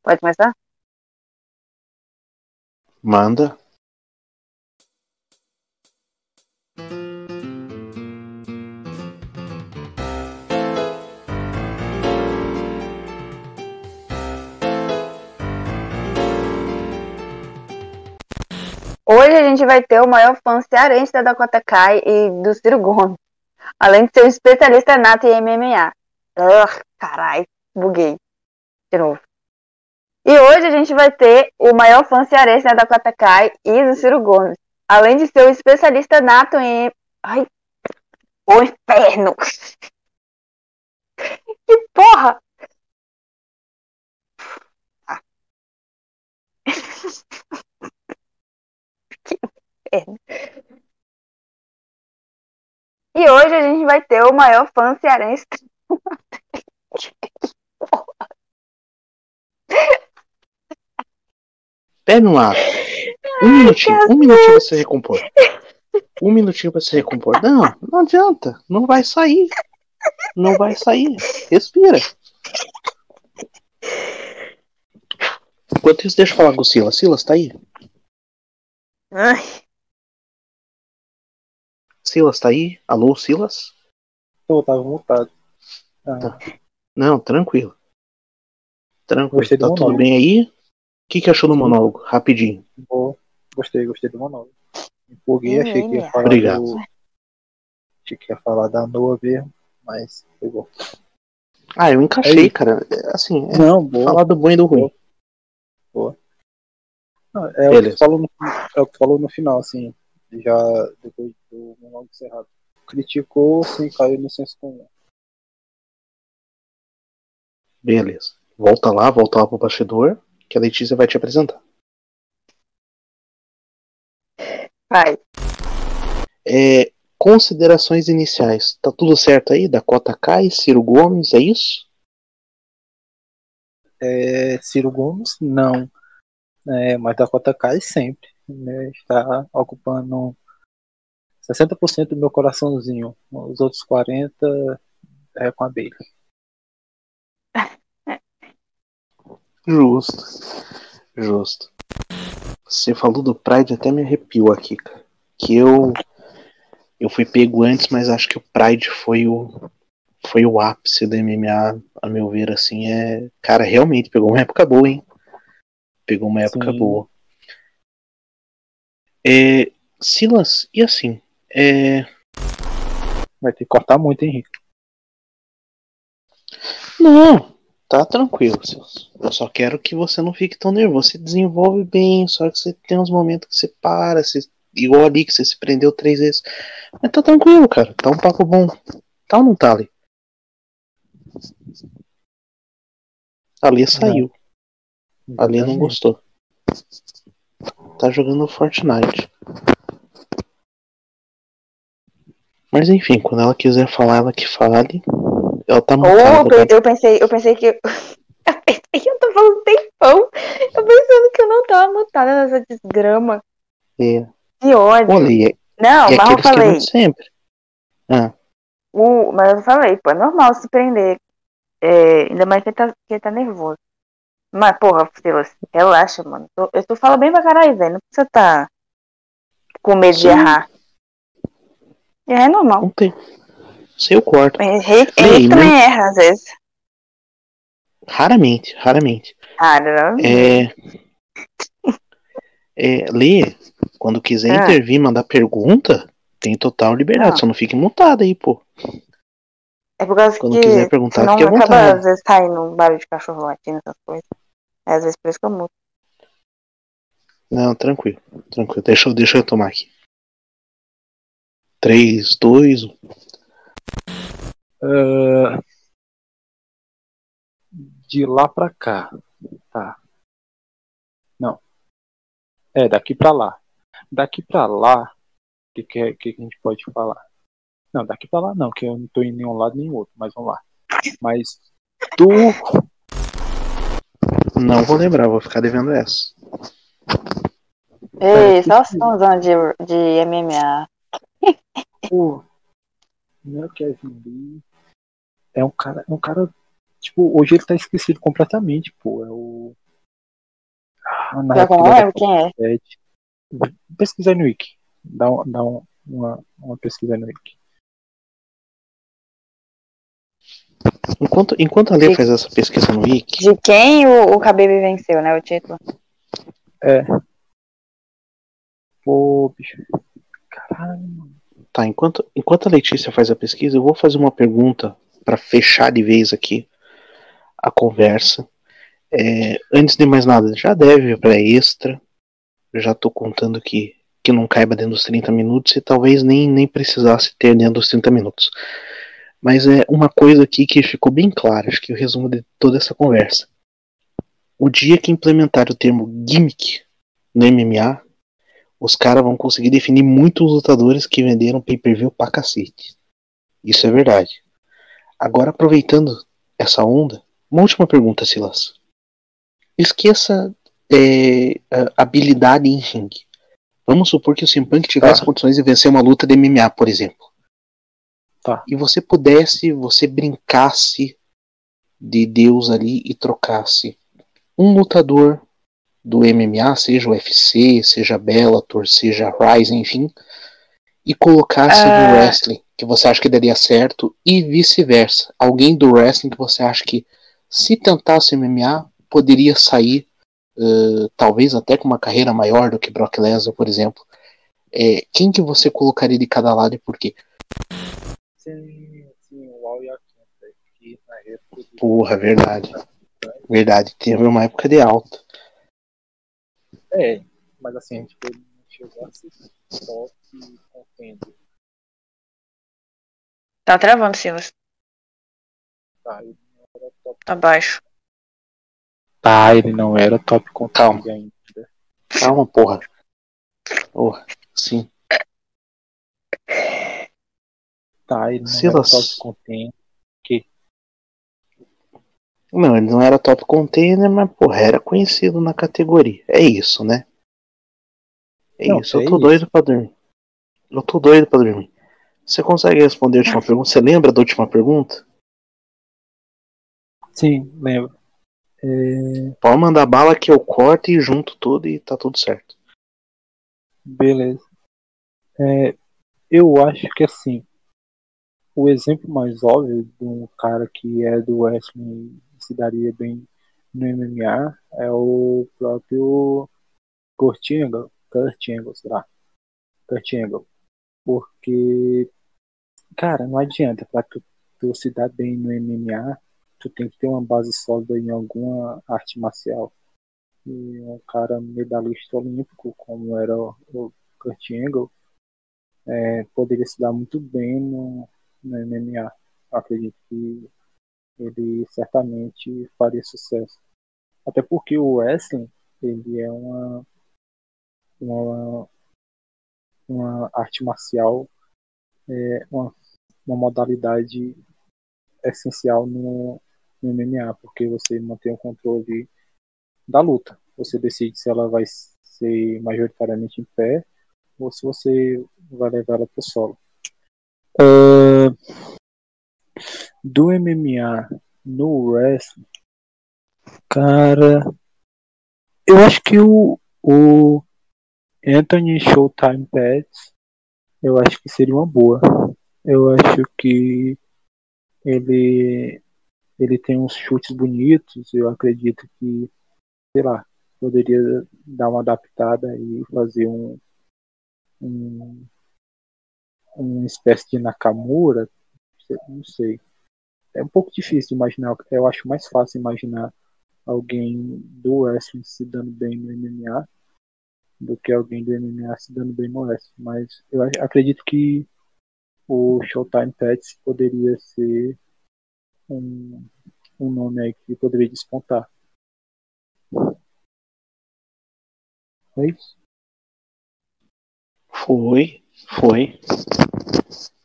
Pode começar? Manda. Hoje a gente vai ter o maior fã cearense da Dakota Kai e do Ciro Gomes, além de ser um especialista nato em MMA. Carai, buguei. De novo. E hoje a gente vai ter o maior fã cearense da Dakota Kai e do Ciro Gomes, além de ser um especialista nato em... Ai, o inferno! Que porra! Ah. Que inferno. E hoje a gente vai ter o maior fã cearense. Bebe uma água. Um minutinho pra se recompor. Um minutinho pra se recompor. Não adianta. Não vai sair. Não vai sair. Respira. Enquanto isso, deixa eu falar com o Silas. Silas, tá aí? Ai. Silas, tá aí? Alô, Silas? Tava mutado. Tá. Não, tranquilo. Tranquilo. Gostei do Tá tudo monólogo. bem aí? O que achou do monólogo? Rapidinho. Gostei do monólogo. Me empolguei, achei que ia falar Obrigado. Achei que ia falar da Noa mesmo, mas foi bom. Ah, eu encaixei, cara. Assim, Não, boa. Falar do bom e do ruim. Boa. Não, é o que falou no final, assim, já depois do monólogo encerrado. Criticou, sim, caiu no senso comum. Beleza. Volta lá pro bastidor, que a Letícia vai te apresentar. Vai. Considerações iniciais. Tá tudo certo aí? Dakota Kai, Ciro Gomes, é isso? Ciro Gomes, não. Mas Dakota Kai sempre. Né, está ocupando 60% do meu coraçãozinho. Os outros 40% é com a Bailey. Justo. Você falou do Pride, até me arrepiou aqui, cara. Que eu fui pego antes, mas acho que o Pride foi o ápice da MMA, a meu ver, assim, cara, realmente pegou uma época boa, hein? Pegou uma época Sim. boa. Silas, e assim, Vai ter que cortar muito, Henrique. Não, tá tranquilo, Silas. Eu só quero que você não fique tão nervoso. Você desenvolve bem, só que você tem uns momentos que você para, igual ali que você se prendeu 3 vezes. Mas tá tranquilo, cara. Tá um papo bom. Tá ou não tá ali? Ali saiu. Ali não gostou. Tá jogando Fortnite. Mas enfim, quando ela quiser falar, ela que fale. Ela tá mutada. Eu pensei que eu pensei que eu tô falando tempão. Eu pensando que eu não tava mutada nessa desgrama. Que ódio. Não, mas eu falei. Sempre. Mas eu falei, pô, é normal se prender. Ainda mais que ele tá nervoso. Mas, porra, Silas, relaxa, mano. Eu tô falando bem pra caralho, velho. Não precisa tá com medo de errar. É normal. Não tem. Sei, eu corto. Henrique também erra, às vezes. Raramente. Lê, quando quiser intervir, mandar pergunta, tem total liberdade. Só não fique mutada aí, pô. É por causa quando que quiser perguntar, senão fique à acaba, vontade. às vezes, saindo um barulho de cachorro latindo, essas coisas. Às vezes por isso que eu mudo. Não, tranquilo. Deixa eu tomar aqui. 3, 2, 1. De lá pra cá. Tá. Não. Daqui pra lá. Daqui pra lá, o que a gente pode falar? Não, daqui pra lá não, que eu não tô em nenhum lado nem outro, mas vamos lá. Mas Não vou lembrar, vou ficar devendo essa. Ei, só os fãzão de MMA. Pô, meu Kevin Lee é um cara, tipo, hoje ele tá esquecido completamente, pô. Na Pior que eu não fila da lembro quem é. 7. Pesquisa aí no Wiki. Uma pesquisa aí no Wiki. Enquanto a Lê faz essa pesquisa no Wiki, De quem o Khabib venceu, né? O título. É. Pô, bicho. Caralho. tá, enquanto a Letícia faz a pesquisa, eu vou fazer uma pergunta para fechar de vez aqui a conversa. Antes de mais nada, já deve para extra. Eu já tô contando que não caiba dentro dos 30 minutos e talvez nem precisasse ter dentro dos 30 minutos. Mas é uma coisa aqui que ficou bem clara, acho que o resumo de toda essa conversa. O dia que implementar o termo gimmick no MMA, os caras vão conseguir definir muitos lutadores que venderam pay-per-view pra cacete. Isso é verdade. Agora, aproveitando essa onda, uma última pergunta, Silas. Esqueça a habilidade em ringue. Vamos supor que o CM Punk tivesse condições de vencer uma luta de MMA, por exemplo. Tá. E você brincasse de Deus ali e trocasse um lutador do MMA, seja o UFC, seja Bellator, seja Rise, enfim, e colocasse no wrestling, que você acha que daria certo, e vice-versa. Alguém do wrestling que você acha que, se tentasse MMA, poderia sair, talvez até com uma carreira maior do que Brock Lesnar, por exemplo. Quem que você colocaria de cada lado e por quê? Sim, o Al Yakenta, que na época. Porra, verdade. Verdade, teve uma época de alta. Mas assim, a gente não chegou a ser top contender. Tá travando, Silas. Tá, ele não era top. Tá baixo. Tá, ele não era top contender ainda. Calma, porra. Porra, sim. Tá, ele não Silas. era top contender. Não, ele não era top contender, mas porra, era conhecido na categoria. É isso, né? Não, Isso, eu é tô isso. doido pra dormir. Eu tô doido pra dormir. Você consegue responder a última pergunta? Você lembra da última pergunta? Sim, lembro. Pode mandar bala que eu corto e junto tudo e tá tudo certo. Beleza. Eu acho que assim, o exemplo mais óbvio de um cara que é do wrestling e se daria bem no MMA é o próprio Kurt Angle, sei lá. Kurt Angle. Porque, cara, não adianta pra tu se dar bem no MMA, tu tem que ter uma base sólida em alguma arte marcial. E um cara medalhista olímpico, como era o Kurt Angle, poderia se dar muito bem no MMA. Eu acredito que ele certamente faria sucesso. Até porque o wrestling, ele é uma, uma arte marcial, uma modalidade essencial no MMA, porque você mantém o controle da luta. Você decide se ela vai ser majoritariamente em pé ou se você vai levar ela pro solo. Do MMA no wrestling, cara, eu acho que o Anthony Showtime Pettis, eu acho que seria uma boa. Eu acho que ele ele tem uns chutes bonitos, eu acredito que, sei lá, poderia dar uma adaptada e fazer um uma espécie de Nakamura, não sei. É um pouco difícil de imaginar, eu acho mais fácil imaginar alguém do wrestling se dando bem no MMA do que alguém do MMA se dando bem no wrestling, mas eu acredito que o Showtime Pets poderia ser um, um nome aí que poderia despontar. É isso? Foi.